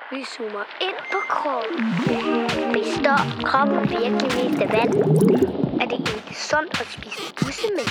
Vi zoomer ind på kroppen. Består kroppen virkelig mest af vand? Er det egentlig sundt at spise bussemænd?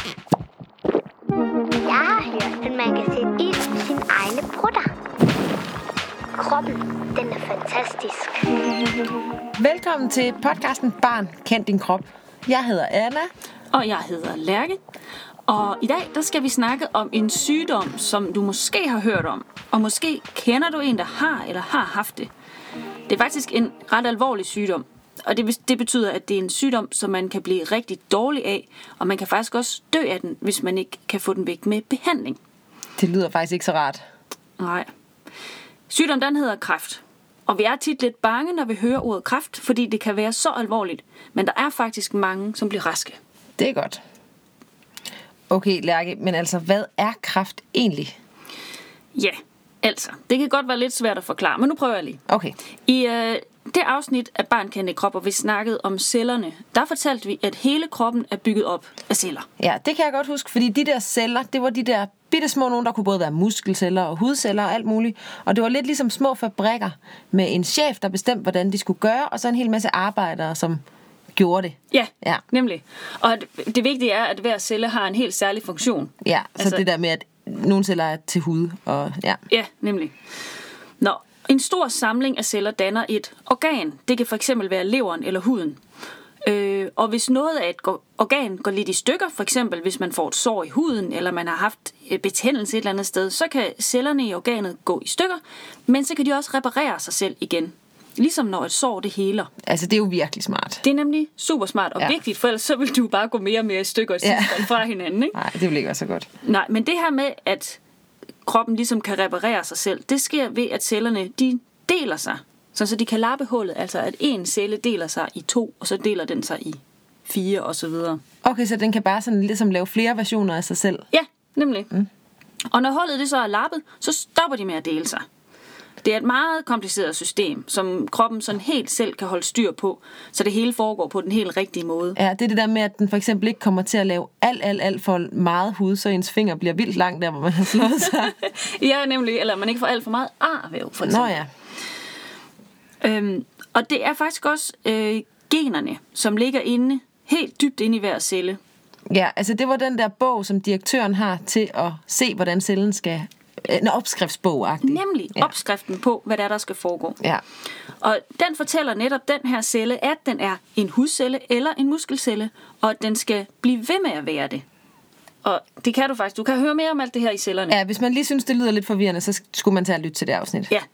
Jeg har hørt, at man kan sætte ild i sine egne brutter. Kroppen, den er fantastisk. Velkommen til podcasten Barn, kend din krop. Jeg hedder Anna. Og jeg hedder Lærke. Og i dag, der skal vi snakke om en sygdom, som du måske har hørt om. Og måske kender du en, der har eller har haft det. Det er faktisk en ret alvorlig sygdom. Og det betyder, at det er en sygdom, som man kan blive rigtig dårlig af. Og man kan faktisk også dø af den, hvis man ikke kan få den væk med behandling. Det lyder faktisk ikke så rart. Nej. Sygdommen, den hedder kræft. Og vi er tit lidt bange, når vi hører ordet kræft, fordi det kan være så alvorligt. Men der er faktisk mange, som bliver raske. Det er godt. Okay, Lærke, men altså, hvad er kræft egentlig? Ja, altså, det kan godt være lidt svært at forklare, men nu prøver jeg lige. Okay. I det afsnit af Barn kend din krop, hvor vi snakkede om cellerne, der fortalte vi, at hele kroppen er bygget op af celler. Ja, det kan jeg godt huske, fordi de der celler, det var de der bitte små nogen, der kunne både være muskelceller og hudceller og alt muligt. Og det var lidt ligesom små fabrikker med en chef, der bestemte, hvordan de skulle gøre, og så en hel masse arbejdere, som gjorde det. Ja, nemlig. Og det vigtige er, at hver celle har en helt særlig funktion. Ja, så altså, det der med, at nogle celler er til hud. Og, ja. Ja, nemlig. En stor samling af celler danner et organ. Det kan for eksempel være leveren eller huden. Og hvis noget af et organ går lidt i stykker, for eksempel hvis man får et sår i huden, eller man har haft betændelse et eller andet sted, så kan cellerne i organet gå i stykker, men så kan de også reparere sig selv igen. Ligesom når et sår, det heler. Altså, det er jo virkelig smart. Det er nemlig super smart og vigtigt, for ellers så vil du bare gå mere og mere i stykker og fra hinanden, ikke? Nej, det vil ikke være så godt. Nej, men det her med, at kroppen ligesom kan reparere sig selv, det sker ved, at cellerne, de deler sig, så de kan lappe hullet. Altså, at en celle deler sig i 2, og så deler den sig i 4, og så videre. Okay, så den kan bare sådan ligesom lave flere versioner af sig selv? Ja, nemlig. Og når hullet det så er lappet, så stopper de med at dele sig. Det er et meget kompliceret system, som kroppen sådan helt selv kan holde styr på, så det hele foregår på den helt rigtige måde. Ja, det er det der med, at den for eksempel ikke kommer til at lave alt for meget hud, så ens finger bliver vildt langt der, hvor man har slået sig. Ja, nemlig. Eller man ikke får alt for meget arvæv, for eksempel. Nå ja. Og det er faktisk også generne, som ligger inde, helt dybt inde i hver celle. Ja, altså det var den der bog, som direktøren har til at se, hvordan cellen skal... En opskriftsbog-agtig. Nemlig opskriften på, hvad der skal foregå. Ja. Og den fortæller netop den her celle, at den er en hudcelle eller en muskelcelle, og at den skal blive ved med at være det. Og det kan du faktisk. Du kan høre mere om alt det her i cellerne. Ja, hvis man lige synes, det lyder lidt forvirrende, så skulle man tage at lytte til det afsnit. Ja.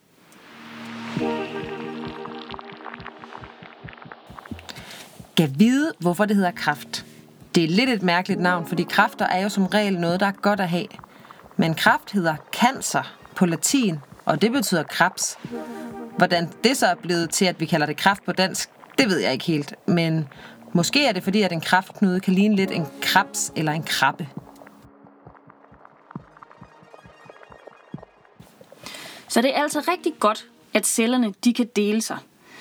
Kan vide, hvorfor det hedder kræft. Det er lidt et mærkeligt navn, fordi kræfter er jo som regel noget, der er godt at have. Men kræft hedder cancer på latin, og det betyder krebs. Hvordan det så er blevet til, at vi kalder det kræft på dansk, det ved jeg ikke helt. Men måske er det fordi, at en kræftknude kan ligne lidt en krebs eller en krabbe. Så det er altså rigtig godt, at cellerne de kan dele sig.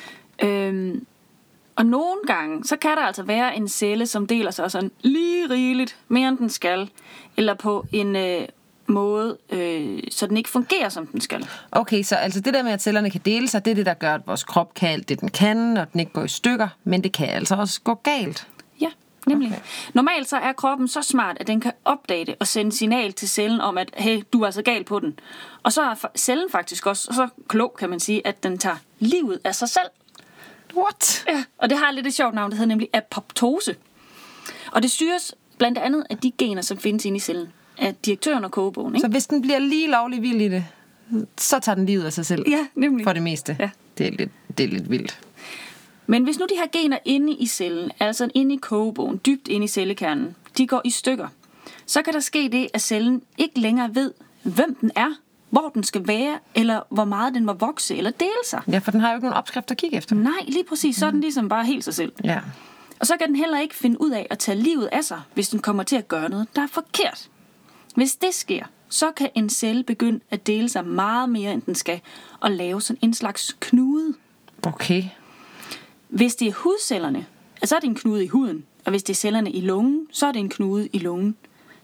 Og nogle gange, så kan der altså være en celle, som deler sig sådan lige rigeligt, mere end den skal, eller på en måde, så den ikke fungerer, som den skal. Okay, så altså det der med, at cellerne kan dele sig, det er det, der gør, at vores krop kan alt det, den kan, og den ikke går i stykker, men det kan altså også gå galt. Ja, nemlig. Okay. Normalt så er kroppen så smart, at den kan opdage det og sende signal til cellen om, at hey, du er altså gal på den. Og så er cellen faktisk også så klog, kan man sige, at den tager livet af sig selv. What? Ja, og det har lidt et sjovt navn, det hedder nemlig apoptose. Og det styres blandt andet af de gener, som findes inde i cellen, af direktøren og kogebogen, ikke? Så hvis den bliver lige lovlig vild i det, så tager den livet af sig selv? Ja, nemlig. For det meste. Ja. Det er lidt vildt. Men hvis nu de her gener inde i cellen, altså inde i kogebogen, dybt inde i cellekernen, de går i stykker, så kan der ske det, at cellen ikke længere ved, hvem den er, hvor den skal være, eller hvor meget den må vokse eller dele sig. Ja, for den har jo ikke nogen opskrift at kigge efter. Nej, lige præcis. Så er den ligesom bare helt sig selv. Ja. Og så kan den heller ikke finde ud af at tage livet af sig, hvis den kommer til at gøre noget, der er forkert. Hvis det sker, så kan en celle begynde at dele sig meget mere, end den skal, og lave sådan en slags knude. Okay. Hvis det er hudcellerne, så er det en knude i huden. Og hvis det er cellerne i lungen, så er det en knude i lungen.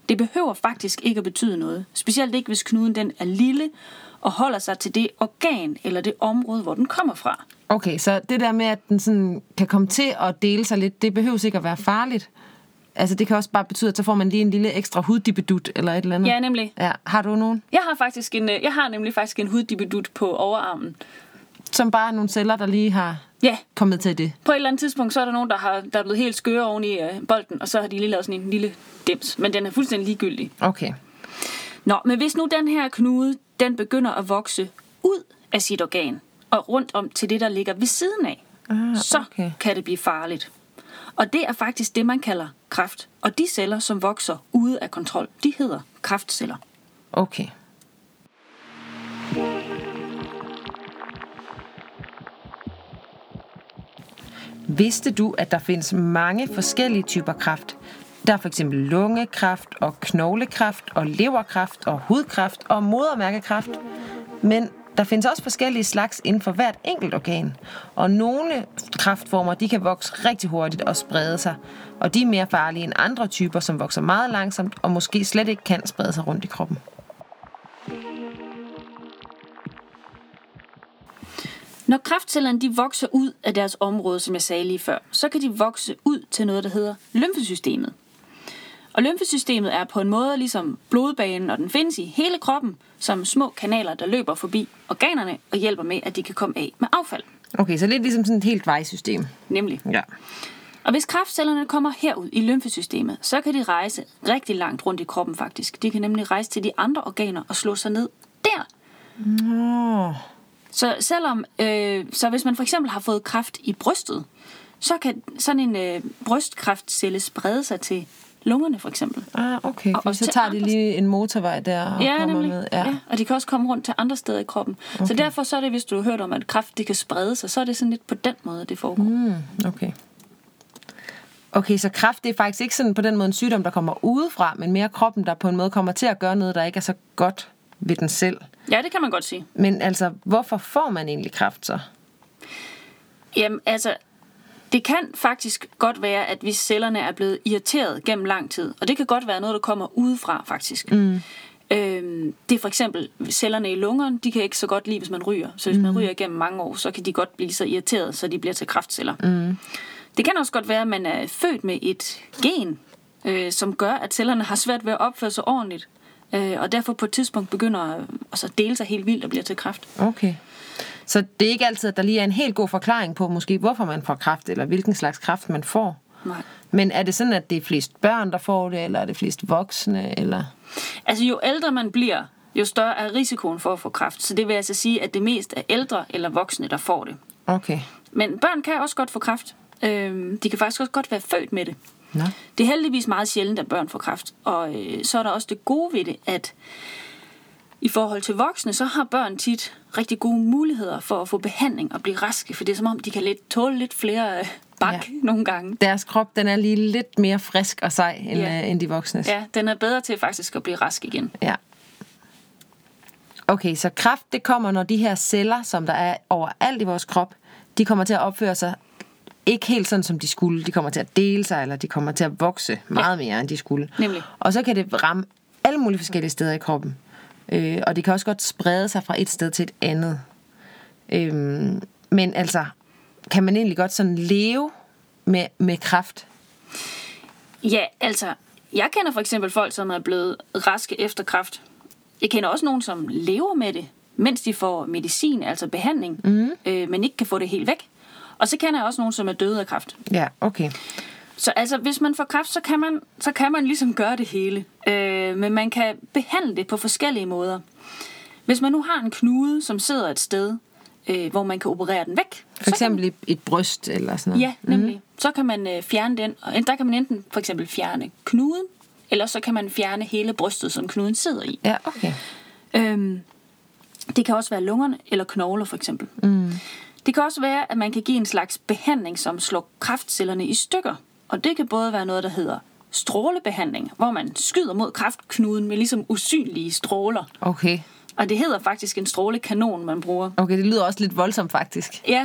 Det behøver faktisk ikke at betyde noget. Specielt ikke, hvis knuden den er lille og holder sig til det organ eller det område, hvor den kommer fra. Okay, så det der med, at den sådan kan komme til at dele sig lidt, det behøver ikke at være farligt. Altså, det kan også bare betyde, at så får man lige en lille ekstra huddibedut eller et eller andet. Ja, nemlig. Ja, har du nogen? Jeg har nemlig faktisk en huddibedut på overarmen. Som bare nogle celler, der lige har kommet til det. På et eller andet tidspunkt, så er der nogen, der er blevet helt skøre oven i bolden, og så har de lige lavet sådan en lille dims. Men den er fuldstændig ligegyldig. Okay. Nå, men hvis nu den her knude, den begynder at vokse ud af sit organ, og rundt om til det, der ligger ved siden af, så kan det blive farligt. Og det er faktisk det, man kalder kræft. Og de celler, som vokser ude af kontrol, de hedder kræftceller. Okay. Vidste du, at der findes mange forskellige typer kræft? Der er for eksempel lungekræft og knoglekræft og leverkræft og hudkræft og modermærkekræft. Men der findes også forskellige slags inden for hvert enkelt organ. Og nogle kræftformer, de kan vokse rigtig hurtigt og sprede sig. Og de er mere farlige end andre typer, som vokser meget langsomt og måske slet ikke kan sprede sig rundt i kroppen. Når kræftcellerne de vokser ud af deres område, som jeg sagde lige før, så kan de vokse ud til noget, der hedder lymfesystemet. Og lymfesystemet er på en måde ligesom blodbanen, og den findes i hele kroppen, som små kanaler, der løber forbi organerne og hjælper med, at de kan komme af med affald. Okay, så lidt ligesom sådan et helt vejsystem. Nemlig. Ja. Og hvis kræftcellerne kommer herud i lymfesystemet, så kan de rejse rigtig langt rundt i kroppen faktisk. De kan nemlig rejse til de andre organer og slå sig ned der. Så hvis man for eksempel har fået kræft i brystet, så kan sådan en brystkræftcelle sprede sig til lungerne for eksempel. Okay. Og så tager de lige en motorvej der og kommer med. Ja, og de kan også komme rundt til andre steder i kroppen. Okay. Så derfor så er det, hvis du har hørt om, at kræft det kan sprede sig, så er det sådan lidt på den måde, det foregår. Okay. Okay, så kræft det er faktisk ikke sådan på den måde en sygdom, der kommer udefra, men mere kroppen, der på en måde kommer til at gøre noget, der ikke er så godt ved den selv. Ja, det kan man godt sige. Men altså, hvorfor får man egentlig kræft så? Jamen, altså, det kan faktisk godt være, at hvis cellerne er blevet irriteret gennem lang tid, og det kan godt være noget, der kommer udefra faktisk. Det er for eksempel cellerne i lungerne, de kan ikke så godt lide, hvis man ryger. Så hvis man ryger gennem mange år, så kan de godt blive så irriteret, så de bliver til kræftceller. Det kan også godt være, at man er født med et gen, som gør, at cellerne har svært ved at opføre sig ordentligt. Og derfor på et tidspunkt begynder at dele sig helt vildt og bliver til kræft. Okay. Så det er ikke altid, at der lige er en helt god forklaring på, måske hvorfor man får kræft, eller hvilken slags kræft man får? Nej. Men er det sådan, at det er flest børn, der får det, eller er det flest voksne? Eller? Altså jo ældre man bliver, jo større er risikoen for at få kræft. Så det vil altså sige, at det mest er ældre eller voksne, der får det. Okay. Men børn kan også godt få kræft. De kan faktisk også godt være født med det. Nå. Det er heldigvis meget sjældent, at børn får kræft. Og så er der også det gode ved det, at i forhold til voksne, så har børn tit rigtig gode muligheder for at få behandling og blive raske. For det er som om, de kan tåle lidt flere nogle gange. Deres krop, den er lige lidt mere frisk og sej end de voksnes. Ja, den er bedre til faktisk at blive rask igen. Ja. Okay, så kræft, det kommer, når de her celler, som der er overalt i vores krop, de kommer til at opføre sig ikke helt sådan, som de skulle. De kommer til at dele sig, eller de kommer til at vokse meget mere, end de skulle. Nemlig. Og så kan det ramme alle mulige forskellige steder i kroppen. Og det kan også godt sprede sig fra et sted til et andet. Men altså, kan man egentlig godt sådan leve med kræft? Ja, altså, jeg kender for eksempel folk, som er blevet raske efter kræft. Jeg kender også nogen, som lever med det, mens de får medicin, altså behandling, men ikke kan få det helt væk. Og så kender jeg også nogen, som er døde af kræft. Ja, okay. Så altså, hvis man får kræft, så kan man ligesom gøre det hele. Men man kan behandle det på forskellige måder. Hvis man nu har en knude, som sidder et sted, hvor man kan operere den væk. For eksempel et bryst eller sådan noget. Ja, nemlig. Så kan man fjerne den. Og der kan man enten for eksempel fjerne knuden, eller så kan man fjerne hele brystet, som knuden sidder i. Ja, okay. Det kan også være lungerne eller knogler for eksempel. Det kan også være, at man kan give en slags behandling, som slår kræftcellerne i stykker. Og det kan både være noget, der hedder strålebehandling, hvor man skyder mod kræftknuden med ligesom usynlige stråler. Okay. Og det hedder faktisk en strålekanon, man bruger. Okay, det lyder også lidt voldsomt faktisk. Ja,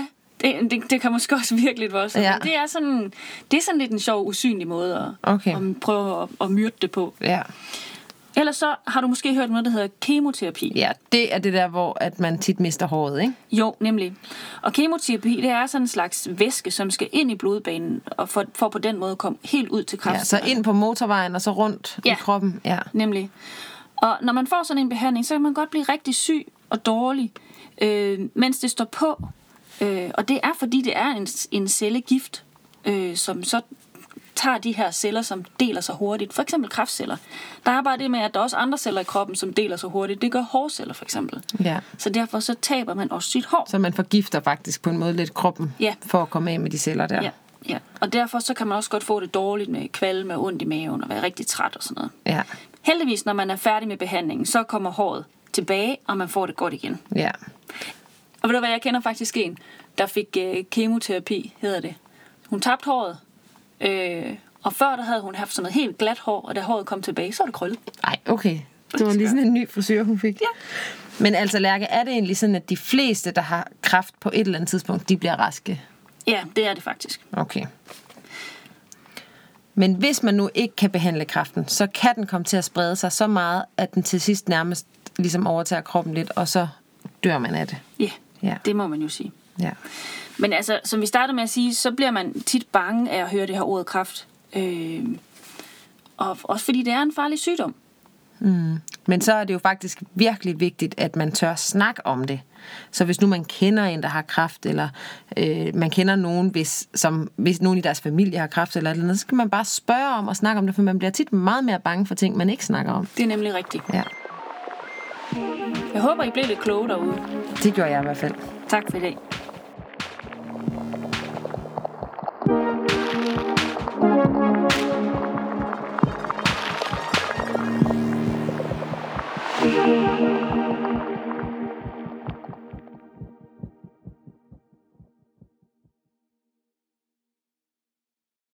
Det kan måske også virke lidt voldsomt. Ja. Men det er sådan lidt en sjov, usynlig måde at prøve at myrde det på. Ja. Ellers så har du måske hørt noget, der hedder kemoterapi. Ja, det er det der, hvor at man tit mister håret, ikke? Jo, nemlig. Og kemoterapi, det er sådan en slags væske, som skal ind i blodbanen, og for på den måde at komme helt ud til kræft. Ja, så ind på motorvejen og så rundt i kroppen. Ja, nemlig. Og når man får sådan en behandling, så kan man godt blive rigtig syg og dårlig, mens det står på. Og det er, fordi det er en cellegift, som så tager de her celler, som deler sig hurtigt. For eksempel kræftceller. Der er bare det med, at der er også andre celler i kroppen, som deler sig hurtigt. Det gør hårceller, for eksempel. Ja. Så derfor så taber man også sit hår. Så man forgifter faktisk på en måde lidt kroppen, for at komme af med de celler der. Ja. Og derfor så kan man også godt få det dårligt med kvalme og ondt i maven og være rigtig træt og sådan noget. Ja. Heldigvis, når man er færdig med behandlingen, så kommer håret tilbage, og man får det godt igen. Ja. Og ved du hvad, jeg kender faktisk en, der fik kemoterapi, hedder det. Hun tabte håret, og før der havde hun haft sådan noget helt glat hår, og da håret kom tilbage, så var det krøllet. Ej, okay. Det var lige sådan en ny frisyr, hun fik. Ja. Men altså, Lærke, er det egentlig sådan, at de fleste, der har kræft på et eller andet tidspunkt, de bliver raske? Ja, det er det faktisk. Okay. Men hvis man nu ikke kan behandle kræften, så kan den komme til at sprede sig så meget, at den til sidst nærmest ligesom overtager kroppen lidt, og så dør man af det. Ja, det må man jo sige. Ja. Men altså, som vi startede med at sige, så bliver man tit bange af at høre det her ord kræft. Og også fordi det er en farlig sygdom. Men så er det jo faktisk virkelig vigtigt, at man tør snakke om det. Så hvis nu man kender en, der har kræft, eller man kender nogen, hvis nogen i deres familie har kræft, eller andet, så skal man bare spørge om og snakke om det, for man bliver tit meget mere bange for ting, man ikke snakker om. Det er nemlig rigtigt. Ja. Jeg håber, I blev lidt kloge derude. Det gjorde jeg i hvert fald. Tak for i dag.